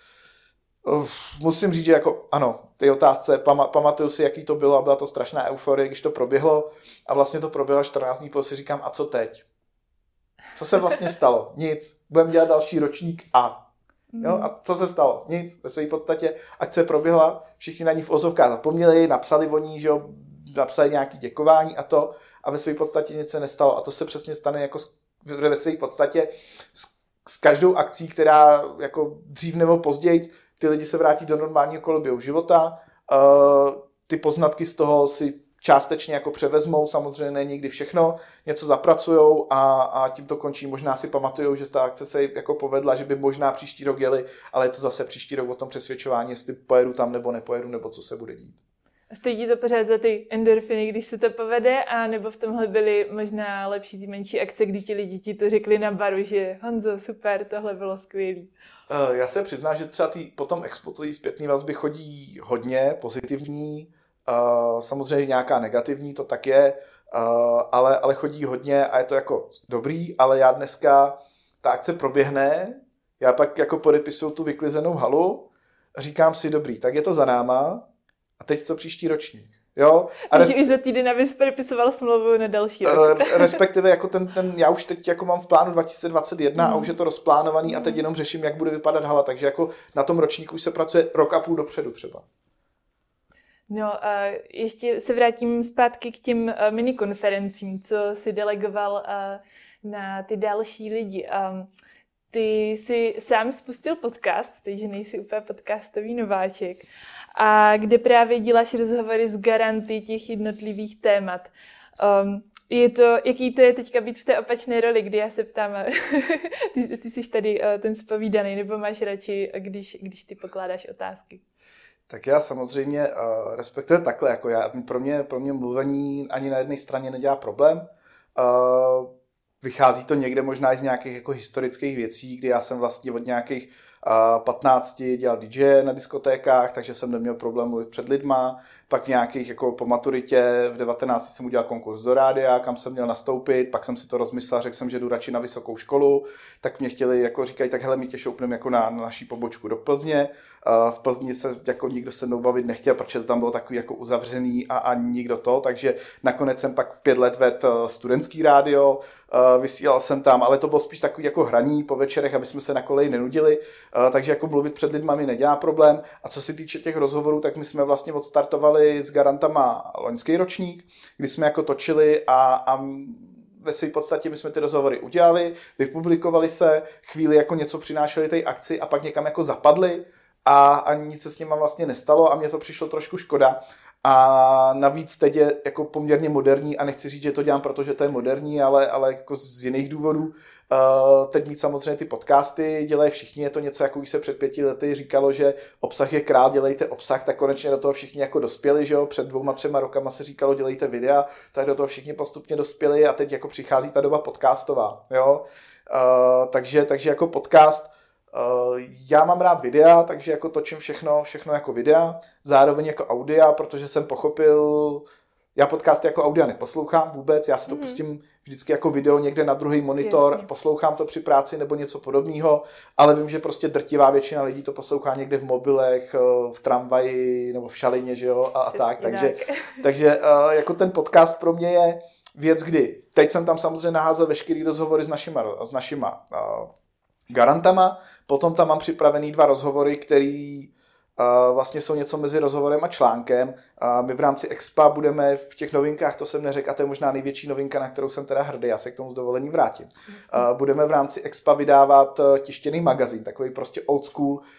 musím říct, že jako ano, ty otázce, pamatuju si, jaký to bylo a byla to strašná euforie, když to proběhlo a vlastně to proběhlo čtrnáct dní, si říkám, a co teď? Co se vlastně stalo? Nic. Budeme dělat další ročník a jo, a co se stalo? Nic. Ve své podstatě akce proběhla, všichni na ní v ozovkách zapomněli, napsali o ní, že jo, napsali nějaké děkování a to a ve své podstatě nic se nestalo. A to se přesně stane jako ve své podstatě s, s každou akcí, která jako dřív nebo později ty lidi se vrátí do normálního koloběhu života. Uh, ty poznatky z toho si částečně jako převezmou, samozřejmě ne nikdy všechno, něco zapracujou a, a tím to končí. Možná si pamatujou, že ta akce se jako povedla, že by možná příští rok jeli, ale je to zase příští rok o tom přesvědčování, jestli pojedu tam nebo nepojedu, nebo co se bude dít. Stojí to pořád za ty endorfiny, když se to povede, a nebo v tomhle byly možná lepší ty menší akce, kdy ti lidi ti to řekli na baru, že Honzo, super, tohle bylo skvělý. Já se přiznám, že třeba tý, potom expotový zpětný vazby chodí hodně pozitivní, samozřejmě nějaká negativní, to tak je, ale, ale chodí hodně a je to jako dobrý, ale já dneska, ta akce proběhne, já pak jako podepisuju tu vyklizenou halu, říkám si dobrý, tak je to za náma, a teď co příští ročník, jo? A resp... už za týden abys podepisoval smlouvu na další rok. Respektive jako ten, ten, já už teď jako mám v plánu dva tisíce dvacet jedna mm. a už je to rozplánovaný a teď jenom řeším, jak bude vypadat hala, takže jako na tom ročníku už se pracuje rok a půl dopředu třeba. No a ještě se vrátím zpátky k těm uh, minikonferencím, co si delegoval uh, na ty další lidi. Um, ty jsi sám spustil podcast, takže nejsi úplně podcastový nováček, a kde právě děláš rozhovory s garanty těch jednotlivých témat. Um, je to, jaký to je teďka být v té opačné roli, kdy já se ptám, ty, ty jsi tady uh, ten zpovídaný, nebo máš radši, když, když ty pokládáš otázky? Tak já samozřejmě uh, respektive takhle, jako já, pro mě, pro mě mluvení ani na jedné straně nedělá problém. Uh, vychází to někde možná i z nějakých jako historických věcí, kdy já jsem vlastně od nějakých uh, patnácti dělal dý džej na diskotékách, takže jsem neměl problém mluvit před lidma. Pak nějakých jako po maturitě v devatenácti jsem udělal konkurs do rádia, kam jsem měl nastoupit, pak jsem si to rozmyslel, řekl jsem, že jdu radši na vysokou školu, tak mě chtěli, jako říkají, tak hele, my tě šoupneme jako na, na naší pobočku do Plzně. Uh, v Plzni se jako nikdo se mnou bavit nechtěl, protože to tam bylo takový jako uzavřený a, a nikdo to, takže nakonec jsem pak pět let vedl studentský rádio, uh, vysílal jsem tam, ale to bylo spíš takový jako hraní po večerech, aby jsme se na koleji nenudili, uh, takže jako mluvit před lidma mi nedělá problém. A co se týče těch rozhovorů, tak my jsme vlastně odstartovali s garantama loňský ročník, kdy jsme jako točili a, a ve své podstatě my jsme ty rozhovory udělali, vypublikovali se, chvíli jako něco přinášeli té akci a pak někam jako zapadli a, a nic se s nima vlastně nestalo a mně to přišlo trošku škoda. A navíc teď je jako poměrně moderní a nechci říct, že to dělám, protože to je moderní, ale, ale jako z jiných důvodů. Uh, teď mít samozřejmě ty podcasty, dělají všichni, je to něco, jako když se před pěti lety říkalo, že obsah je král, dělejte obsah, tak konečně do toho všichni jako dospěli, že jo, před dvouma, třema rokama se říkalo, dělejte videa, tak do toho všichni postupně dospěli a teď jako přichází ta doba podcastová, jo. Uh, takže, takže jako podcast, Uh, já mám rád videa, takže jako točím všechno, všechno jako videa, zároveň jako audia, protože jsem pochopil, já podcasty jako audia neposlouchám vůbec, já si to mm. pustím vždycky jako video někde na druhý monitor, Jasně. poslouchám to při práci nebo něco podobného, ale vím, že prostě drtivá většina lidí to poslouchá někde v mobilech, v tramvaji nebo v šalině, že jo, a, a tak, takže, tak. takže uh, jako ten podcast pro mě je věc, kdy teď jsem tam samozřejmě naházel veškerý rozhovory s našima, s našima uh, garantama, potom tam mám připravený dva rozhovory, který uh, vlastně jsou něco mezi rozhovorem a článkem. Uh, my v rámci Expa budeme v těch novinkách, to jsem neřekl, a to je možná největší novinka, na kterou jsem teda hrdý, já se k tomu s dovolením vrátím. Uh, budeme v rámci Expa vydávat uh, tištěný magazín, takový prostě old school, uh,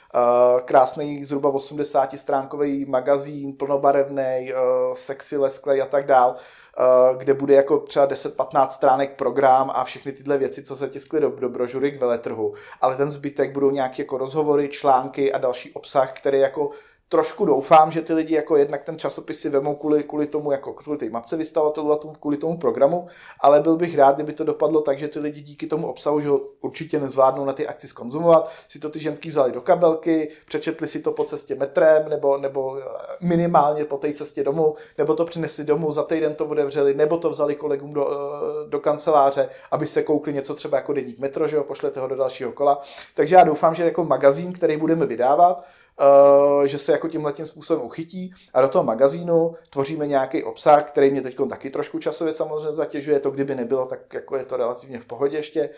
krásný zhruba osmdesátistránkový magazín, plnobarevný, uh, sexy, lesklej a tak dál, kde bude jako třeba deset patnáct stránek program a všechny tyhle věci, co se tiskly do, do brožury k veletrhu. Ale ten zbytek budou nějaké jako rozhovory, články a další obsah, který jako trošku doufám, že ty lidi jako jednak ten časopis si vemou kvůli, kvůli tomu, jako kvůli té mapce vystavatelů a tomu, kvůli tomu programu, ale byl bych rád, kdyby to dopadlo tak, že ty lidi díky tomu obsahu, že ho určitě nezvládnou na ty akci zkonzumovat, si to ty ženský vzali do kabelky, přečetli si to po cestě metrem, nebo, nebo minimálně po té cestě domů, nebo to přinesli domů, za týden to otevřeli, nebo to vzali kolegům do, do kanceláře, aby se koukli něco třeba jako deník Metro, že ho pošlete ho do dalšího kola. Takže já doufám, že jako magazín, který budeme vydávat, Uh, že se jako tímhletím způsobem uchytí a do toho magazínu tvoříme nějaký obsah, který mě teď taky trošku časově samozřejmě zatěžuje, to kdyby nebylo, tak jako je to relativně v pohodě ještě.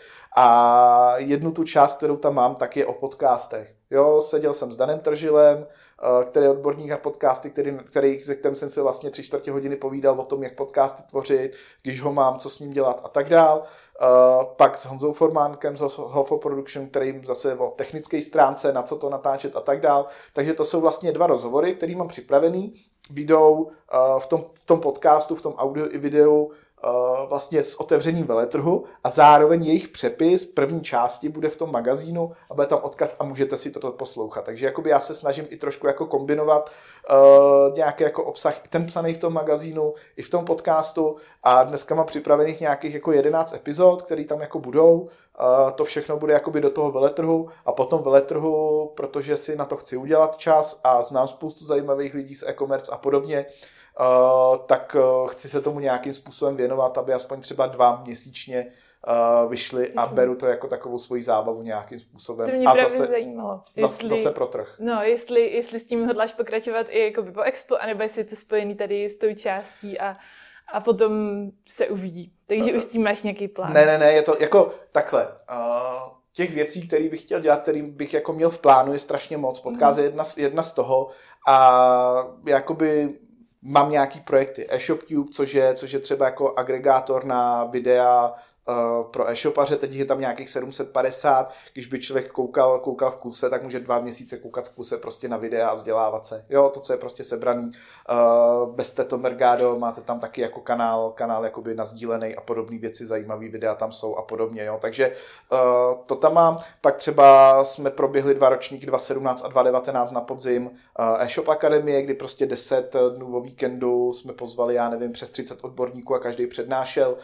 A jednu tu část, kterou tam mám, tak je o podcastech. Jo, seděl jsem s Danem Tržilem, uh, který je odborník na podcasty, který, který, se kterým jsem si vlastně tři čtvrtě hodiny povídal o tom, jak podcasty tvořit, když ho mám, co s ním dělat a tak dál. Uh, pak s Honzou Formánkem z Hofo Production, kterým zase o technické stránce, na co to natáčet a tak dál. Takže to jsou vlastně dva rozhovory, který mám připravený. Vyjdou uh, v, tom, v tom podcastu, v tom audio i videu uh, vlastně s otevřením veletrhu a zároveň jejich přepis první části bude v tom magazínu a bude tam odkaz a můžete si toto poslouchat. Takže jakoby já se snažím i trošku jako kombinovat uh, nějaký jako obsah, i ten psaný v tom magazínu, i v tom podcastu a dneska mám připravených nějakých jako jedenáct epizod, které tam jako budou. Uh, to všechno bude jakoby do toho veletrhu a potom veletrhu, protože si na to chci udělat čas a znám spoustu zajímavých lidí z e-commerce a podobně, uh, tak uh, chci se tomu nějakým způsobem věnovat, aby aspoň třeba dva měsíčně uh, vyšly a beru to jako takovou svoji zábavu nějakým způsobem. To mě a právě zase, zajímalo. Jestli, zase pro trh. No, jestli, jestli s tím hodláš pokračovat i jakoby po Expo, anebo jestli je to spojený tady s tou částí a A potom se uvidí. Takže uh, už s tím máš nějaký plán. Ne, ne, ne, je to jako takhle. Uh, těch věcí, které bych chtěl dělat, který bych jako měl v plánu, je strašně moc. Podcast je jedna, jedna z toho a jakoby mám nějaký projekty eShopTube, což je, což je třeba jako agregátor na videa uh, pro e-shopaře, teď je tam nějakých sedm set padesát, když by člověk koukal, koukal v kuse, tak může dva měsíce koukat v kuse prostě na videa a vzdělávat se. Jo, to, co je prostě sebraný. Uh, bez Teto Mergado máte tam taky jako kanál, kanál jakoby nazdílený a podobné věci, zajímavé videa tam jsou a podobně. Jo. Takže uh, to tam mám. Pak třeba jsme proběhli dva ročníky, dva sedmnáct a dva devatenáct na podzim uh, e-shop akademie, kdy prostě deset dnů o víkendu jsme pozvali, já nevím, přes třicet odborníků a každý přednášel.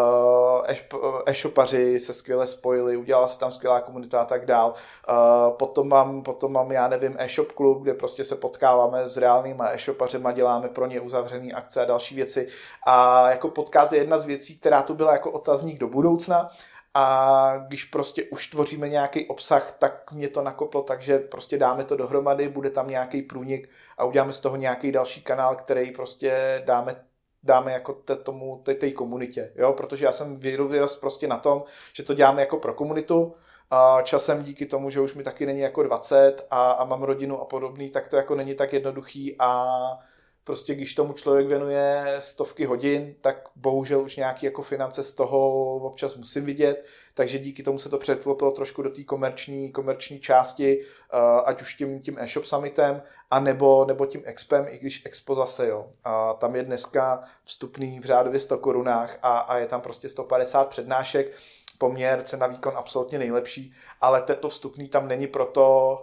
Uh, e-shopaři se skvěle spojili, udělala se tam skvělá komunita a tak dál. Uh, potom, mám, potom mám, já nevím, e-shop klub, kde prostě se potkáváme s reálnýma e-shopařema, děláme pro ně uzavřený akce a další věci. A jako podcast je jedna z věcí, která tu byla jako otazník do budoucna. A když prostě už tvoříme nějaký obsah, tak mě to nakoplo, takže prostě dáme to dohromady, bude tam nějaký průnik a uděláme z toho nějaký další kanál, který prostě dáme dáme jako te, tomu, té, té komunitě, jo, protože já jsem vyrost prostě na tom, že to děláme jako pro komunitu a časem díky tomu, že už mi taky není jako dvacet a, a mám rodinu a podobný, tak to jako není tak jednoduchý a prostě když tomu člověk věnuje stovky hodin, tak bohužel už nějaké jako finance z toho občas musím vidět, takže díky tomu se to překlopilo trošku do té komerční, komerční části, ať už tím, tím e-shop summitem, a nebo, nebo tím expem, i když expo zase, jo. A tam je dneska vstupný v řádově sto korunách a, a je tam prostě sto padesát přednášek, poměr cena výkon absolutně nejlepší, ale tento vstupný tam není proto,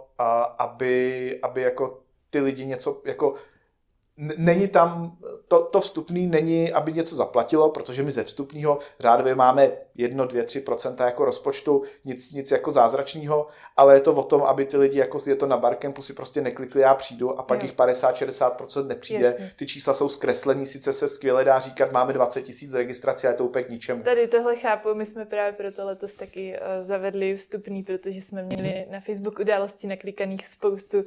aby, aby jako ty lidi něco jako není tam, to, to vstupný není, aby něco zaplatilo, protože my ze vstupného řádově máme jedno, dvě, tři procenta jako rozpočtu, nic, nic jako zázračného, ale je to o tom, aby ty lidi, jako je to na Barcampu, si prostě neklikli, já přijdu a pak jich padesát šedesát procent nepřijde. Jasně. Ty čísla jsou zkreslení, sice se skvěle dá říkat, máme dvacet tisíc registrací, ale je to úplně k ničemu. Tady tohle chápu, my jsme právě proto letos taky uh, zavedli vstupný, protože jsme měli mm-hmm. na Facebook události naklikaných spoustu uh,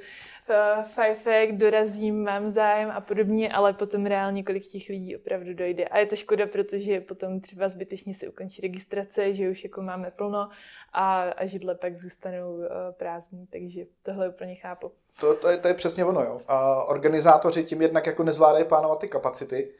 fajfek, dorazím, mám zájem a podobně, ale potom reálně kolik těch lidí opravdu dojde. A je to škoda, protože potom třeba zbytečně se ukončí registrace, že už jako máme plno a, a židle pak zůstanou uh, prázdný, takže tohle úplně chápu. To, to, je, to je přesně ono, jo. A organizátoři tím jednak jako nezvládají plánovat ty kapacity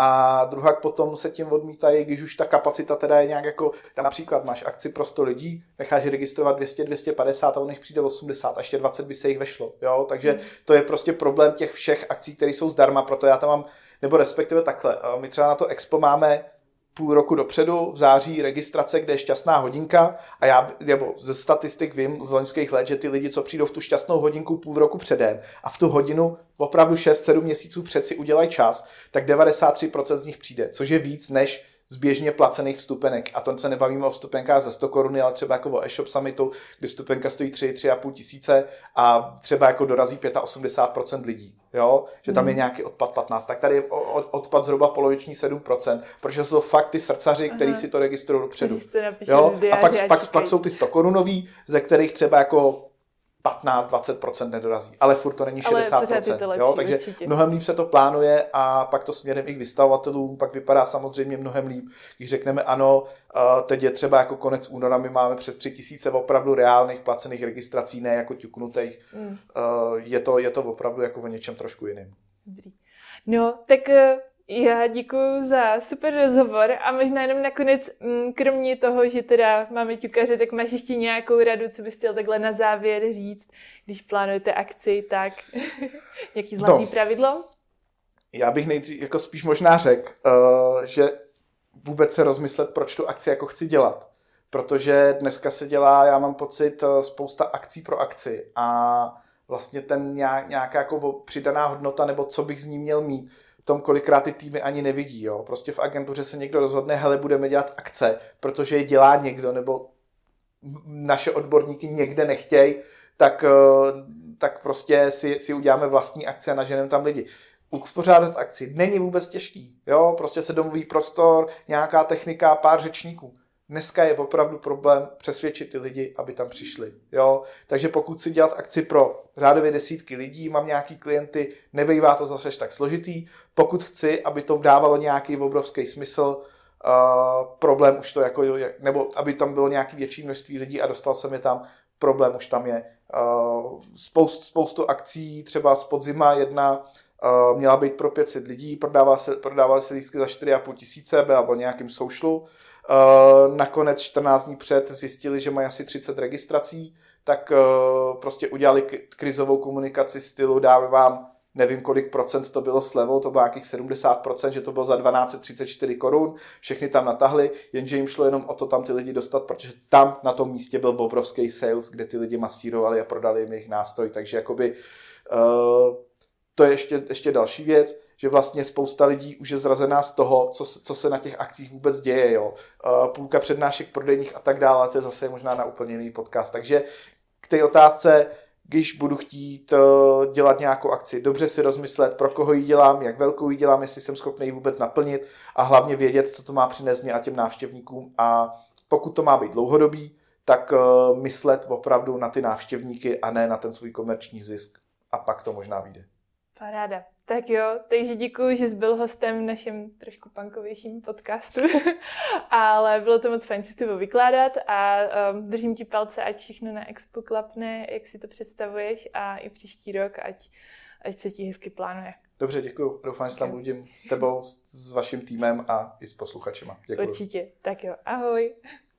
a druhak potom se tím odmítají, když už ta kapacita teda je nějak jako, například máš akci pro sto lidí, necháš registrovat dvě stě, dvě stě padesát a on jich přijde osmdesát a ještě dvacet by se jich vešlo, jo. Takže to je prostě problém těch všech akcí, které jsou zdarma, proto já tam mám, nebo respektive takhle, my třeba na to expo máme půl roku dopředu, v září registrace, kde je šťastná hodinka a já nebo ze statistik vím z loňských let, že ty lidi, co přijdou v tu šťastnou hodinku půl roku předem a v tu hodinu opravdu šest sedm měsíců před si udělají čas, tak devadesát tři procent z nich přijde, což je víc než z běžně placených vstupenek. A to se nebavíme o vstupenkách za sto koruny, ale třeba jako o e-shop summitu, kdy vstupenka stojí tři, tři a půl tisíce a třeba jako dorazí osmdesát pět procent lidí. Jo? Že tam je nějaký odpad patnáct, tak tady je odpad zhruba poloviční sedm procent, protože jsou fakt ty srdcaři, kteří si to registrují dopředu. Jo? A pak, pak, pak jsou ty sto korunový, ze kterých třeba jako patnáct dvacet procent nedorazí, ale furt to není šedesát procent, lepší, jo? Takže určitě. Mnohem líp se to plánuje a pak to směrem i k vystavovatelům, pak vypadá samozřejmě mnohem líp, když řekneme ano, teď je třeba jako konec února, my máme přes tři tisíce opravdu reálných placených registrací, ne jako ťuknutých, mm. je, to, je to opravdu jako o něčem trošku jiným. Dobrý. No, tak já děkuju za super rozhovor a možná jenom nakonec, kromě toho, že teda máme ťukaře, tak máš ještě nějakou radu, co bys chtěl takhle na závěr říct, když plánujete akci, tak jaký zlatý no, pravidlo? Já bych nejdřív jako spíš možná řekl, uh, že vůbec se rozmyslet, proč tu akci jako chci dělat. Protože dneska se dělá, já mám pocit, spousta akcí pro akci a vlastně ten nějaká jako přidaná hodnota, nebo co bych z ní měl mít, v tom kolikrát ty týmy ani nevidí. Jo? Prostě v agentuře se někdo rozhodne, hele, budeme dělat akce, protože je dělá někdo, nebo naše odborníky někde nechtějí, tak, tak prostě si, si uděláme vlastní akce a naženeme tam lidi. Uspořádat akci není vůbec těžký. Jo? Prostě se domluví prostor, nějaká technika, pár řečníků. Dneska je opravdu problém přesvědčit ty lidi, aby tam přišli. Jo? Takže pokud chci dělat akci pro řádově desítky lidí, mám nějaký klienty, nebývá to zase tak složitý. Pokud chci, aby to dávalo nějaký obrovský smysl, uh, problém už to jako, nebo aby tam bylo nějaký větší množství lidí a dostal jsem je tam, problém už tam je. Uh, spoust, spoustu akcí, třeba z podzima jedna, Uh, měla být pro pět set lidí, prodával se, prodával se lístky za čtyři a půl tisíce, byla o nějakém socialu. Uh, nakonec čtrnáct dní před zjistili, že mají asi třicet registrací, tak uh, prostě udělali k- krizovou komunikaci stylu dáme vám nevím kolik procent to bylo slevou, to bylo nějakých sedmdesát procent, že to bylo za dvanáct set třicet čtyři korun, všechny tam natahli, jenže jim šlo jenom o to tam ty lidi dostat, protože tam na tom místě byl obrovský sales, kde ty lidi masírovali a prodali jim jejich nástroj, takže jakoby uh, to je ještě, ještě další věc, že vlastně spousta lidí už je zrazená z toho, co, co se na těch akcích vůbec děje, jo. Uh, půlka přednášek prodejních a tak dále, ale to je zase možná na úplně jiný podcast, takže k té otázce, když budu chtít uh, dělat nějakou akci, dobře si rozmyslet, pro koho ji dělám, jak velkou ji dělám, jestli jsem schopný ji vůbec naplnit a hlavně vědět, co to má přinést mě a těm návštěvníkům a pokud to má být dlouhodobý, tak uh, myslet opravdu na ty návštěvníky a ne na ten svůj komerční zisk a pak to možná vyjde. Paráda. Tak jo, takže děkuji, že jsi byl hostem v našem trošku punkovějším podcastu, ale bylo to moc fajn si to vykládat a um, držím ti palce, ať všechno na Expo klapne, jak si to představuješ a i příští rok, ať, ať se ti hezky plánuje. Dobře, děkuji. Doufám, že se tam uvidím s tebou, s vaším týmem a i s posluchačema. Děkuji. Určitě. Tak jo, ahoj.